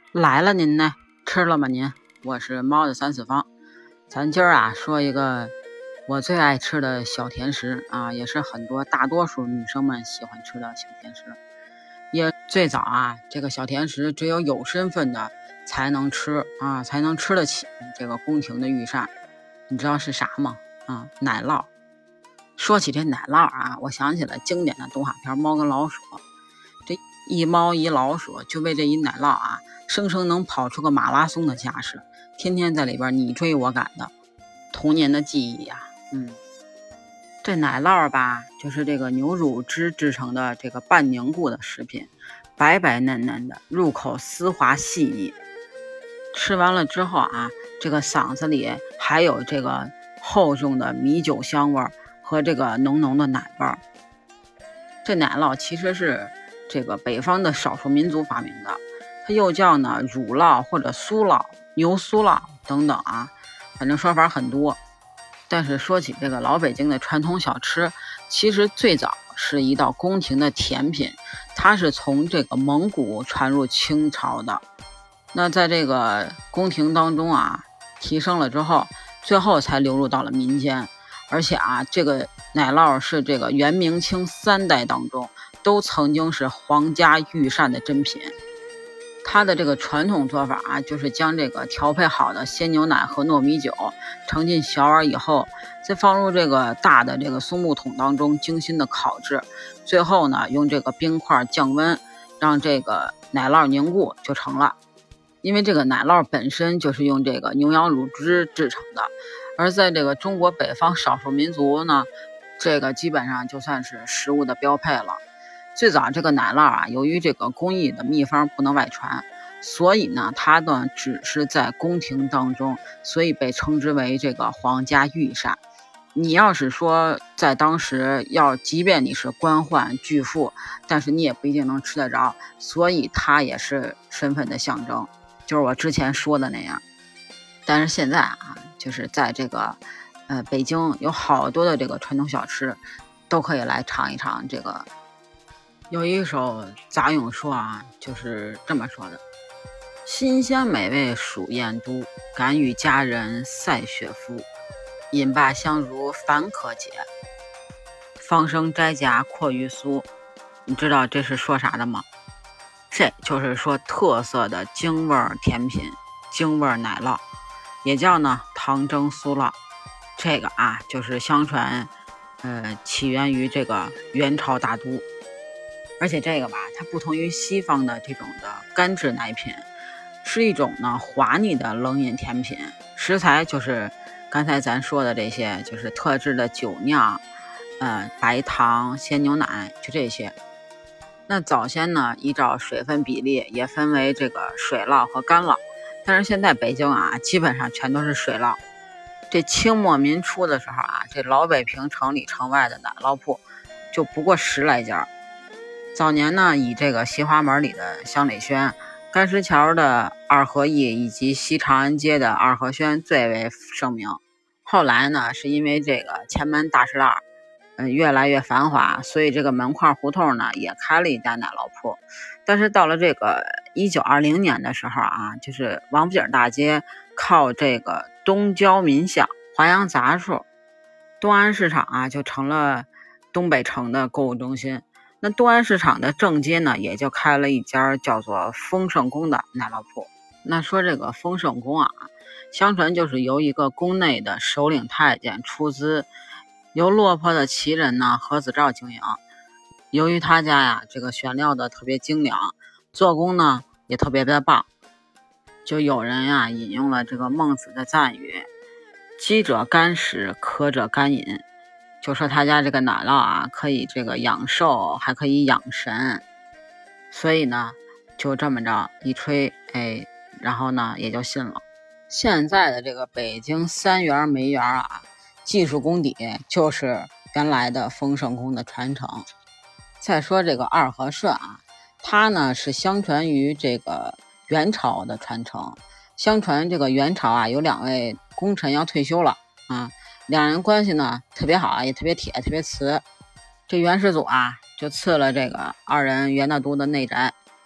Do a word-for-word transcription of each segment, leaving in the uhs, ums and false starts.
来了您呢，吃了吗您？我是猫的三四方。咱今儿啊说一个我最爱吃的小甜食啊，也是很多大多数女生们喜欢吃的小甜食。也最早啊，这个小甜食只有有身份的才能吃啊，才能吃得起这个宫廷的御膳。你知道是啥吗？啊，奶酪。说起这奶酪啊，我想起了经典的动画片《猫跟老鼠》。这一猫一老鼠就为这一奶酪啊，生生能跑出个马拉松的架势，天天在里边你追我赶的，童年的记忆呀、啊。嗯，这奶酪吧，就是这个牛乳汁制成的这个半凝固的食品，白白嫩嫩的，入口丝滑细腻。吃完了之后啊，这个嗓子里还有这个厚重的米酒香味和这个浓浓的奶味儿。这奶酪其实是这个北方的少数民族发明的，它又叫呢乳酪或者酥酪、牛酥酪等等啊，反正说法很多。但是说起这个老北京的传统小吃，其实最早是一道宫廷的甜品，它是从这个蒙古传入清朝的。那在这个宫廷当中啊，提升了之后，最后才流入到了民间。而且啊，这个奶酪是这个元明清三代当中都曾经是皇家御膳的珍品。它的这个传统做法啊，就是将这个调配好的鲜牛奶和糯米酒盛进小碗以后，再放入这个大的这个松木桶当中精心的烤制，最后呢用这个冰块降温，让这个奶酪凝固就成了。因为这个奶酪本身就是用这个牛羊乳汁制成的，而在这个中国北方少数民族呢，这个基本上就算是食物的标配了。最早这个奶酪啊，由于这个工艺的秘方不能外传，所以呢它呢只是在宫廷当中，所以被称之为这个皇家御膳。你要是说在当时要即便你是官宦巨富，但是你也不一定能吃得着，所以它也是身份的象征，就是我之前说的那样。但是现在啊，就是在这个呃北京有好多的这个传统小吃都可以来尝一尝。这个有一首杂咏说啊，就是这么说的：新鲜美味属燕都，敢与佳人赛雪夫，饮罢香如烦可解，方生斋夹阔鱼酥。你知道这是说啥的吗？这就是说特色的京味甜品，京味奶酪，也叫呢糖蒸酥酪。这个啊，就是相传呃起源于这个元朝大都。而且这个吧，它不同于西方的这种的干制奶品，是一种呢滑腻的冷饮甜品。食材就是刚才咱说的这些，就是特制的酒酿、呃白糖、鲜牛奶，就这些。那早先呢，依照水分比例也分为这个水酪和干酪，但是现在北京啊，基本上全都是水酪。这清末民初的时候啊，这老北平城里城外的奶酪铺就不过十来家。早年呢，以这个西华门里的香磊轩、干石桥的二合一以及西长安街的二合轩最为盛名。后来呢，是因为这个前门大石栏嗯，越来越繁华，所以这个门框胡同呢也开了一家奶酪铺。但是到了这个一九二零年的时候啊，就是王府井大街靠这个东郊民巷、华阳杂处、东安市场啊，就成了东北城的购物中心。那东安市场的正街呢，也就开了一家叫做丰盛宫的奶酪铺。那说这个丰盛宫啊，相传就是由一个宫内的首领太监出资，由落魄的旗人呢何子昭经营。由于他家呀这个选料的特别精良，做工呢也特别的棒，就有人呀引用了这个孟子的赞语：饥者甘食，渴者甘饮。就说他家这个奶酪啊，可以这个养寿，还可以养神。所以呢，就这么着一吹，哎，然后呢也就信了。现在的这个北京三元梅园啊，技术功底就是原来的丰盛宫的传承。再说这个二和顺啊，它呢是相传于这个元朝的传承。相传这个元朝啊，有两位功臣要退休了啊，两人关系呢特别好，也特别铁，特别瓷。这元世祖啊就赐了这个二人元大都的内宅。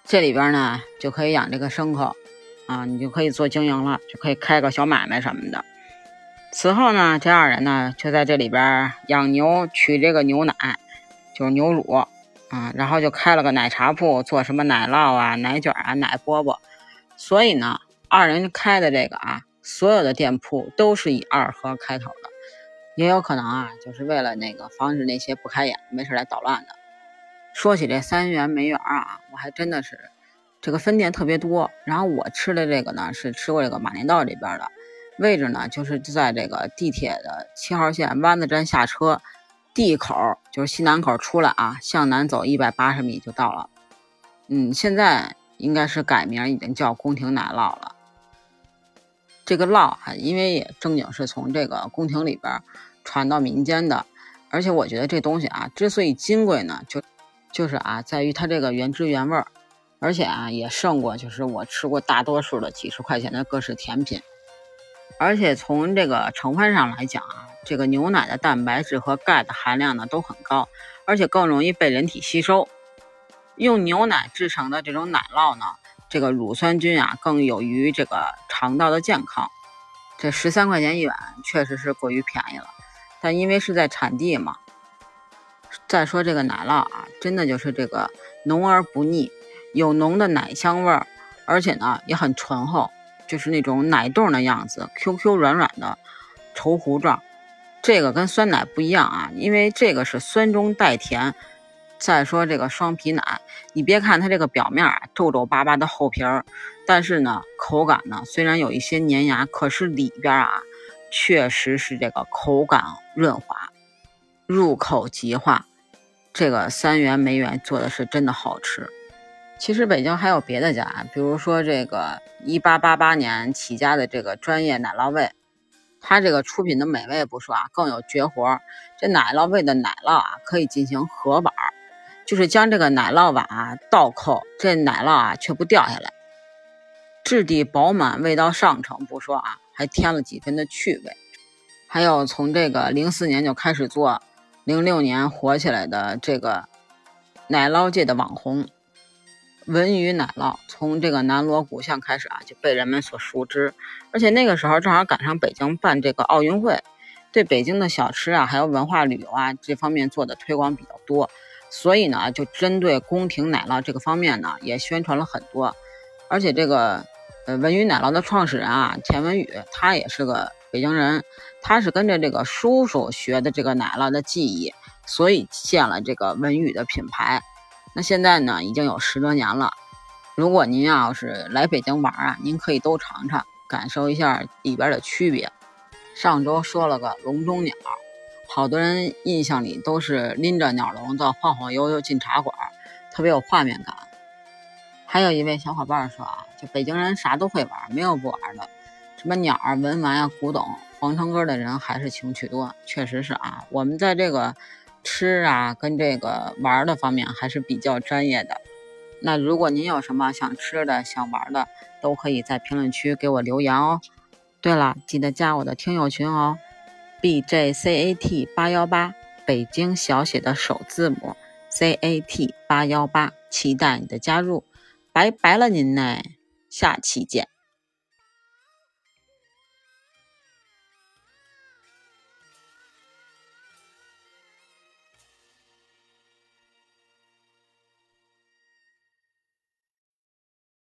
这里边呢就可以养这个牲口啊，你就可以做经营了，就可以开个小买卖什么的。此后呢，这二人呢就在这里边养牛，取这个牛奶，就是牛乳啊，然后就开了个奶茶铺，做什么奶酪啊、奶卷啊、奶饽饽。所以呢，二人开的这个啊，所有的店铺都是以二和开头的，也有可能啊，就是为了那个防止那些不开眼没事来捣乱的。说起这三元梅园啊，我还真的是这个分店特别多。然后我吃的这个呢，是吃过这个马连道这边的，位置呢就是在这个地铁的七号线湾子站下车 D 口，就是西南口出来啊，向南走一百八十米就到了。嗯，现在应该是改名，已经叫宫廷奶酪了。这个酪啊，因为也正经是从这个宫廷里边传到民间的，而且我觉得这东西啊，之所以金贵呢，就就是啊，在于它这个原汁原味，而且啊，也胜过就是我吃过大多数的几十块钱的各式甜品。而且从这个成分上来讲啊，这个牛奶的蛋白质和钙的含量呢都很高，而且更容易被人体吸收。用牛奶制成的这种奶酪呢，这个乳酸菌啊更有于这个肠道的健康。这十三块钱一碗确实是过于便宜了，但因为是在产地嘛。再说这个奶酪啊，真的就是这个浓而不腻，有浓的奶香味儿，而且呢也很醇厚，就是那种奶冻的样子 ，Q Q 软软的稠糊状。这个跟酸奶不一样啊，因为这个是酸中带甜。再说这个双皮奶，你别看它这个表面啊皱皱巴巴的厚皮儿，但是呢口感呢虽然有一些粘牙，可是里边啊确实是这个口感润滑，入口即化。这个三元梅园做的是真的好吃。其实北京还有别的家，比如说这个一八八八年起家的这个专业奶酪味，它这个出品的美味不说啊，更有绝活。这奶酪味的奶酪啊可以进行合板，就是将这个奶酪碗啊倒扣，这奶酪啊却不掉下来，质地饱满，味道上乘不说啊，还添了几分的趣味。还有从这个零四年就开始做，零六年火起来的这个奶酪界的网红文宇奶酪，从这个南锣鼓巷开始啊就被人们所熟知，而且那个时候正好赶上北京办这个奥运会，对北京的小吃啊还有文化旅游啊这方面做的推广比较多，所以呢就针对宫廷奶酪这个方面呢也宣传了很多。而且这个呃文宇奶酪的创始人啊田文宇，他也是个北京人，他是跟着这个叔叔学的这个奶酪的技艺，所以建了这个文宇的品牌。那现在呢已经有十多年了，如果您要是来北京玩啊，您可以都尝尝，感受一下里边的区别。上周说了个笼中鸟，好多人印象里都是拎着鸟笼子晃晃悠悠进茶馆，特别有画面感。还有一位小伙伴说啊，就北京人啥都会玩，没有不玩的，什么鸟儿、文玩啊、古董、皇城根的人还是情趣多。确实是啊，我们在这个吃啊跟这个玩的方面还是比较专业的。那如果您有什么想吃的想玩的，都可以在评论区给我留言哦。对了，记得加我的听友群哦， B J C A T 八一八， 北京小写的首字母 C A T 八一八， 期待你的加入。拜拜了您呢，下期见。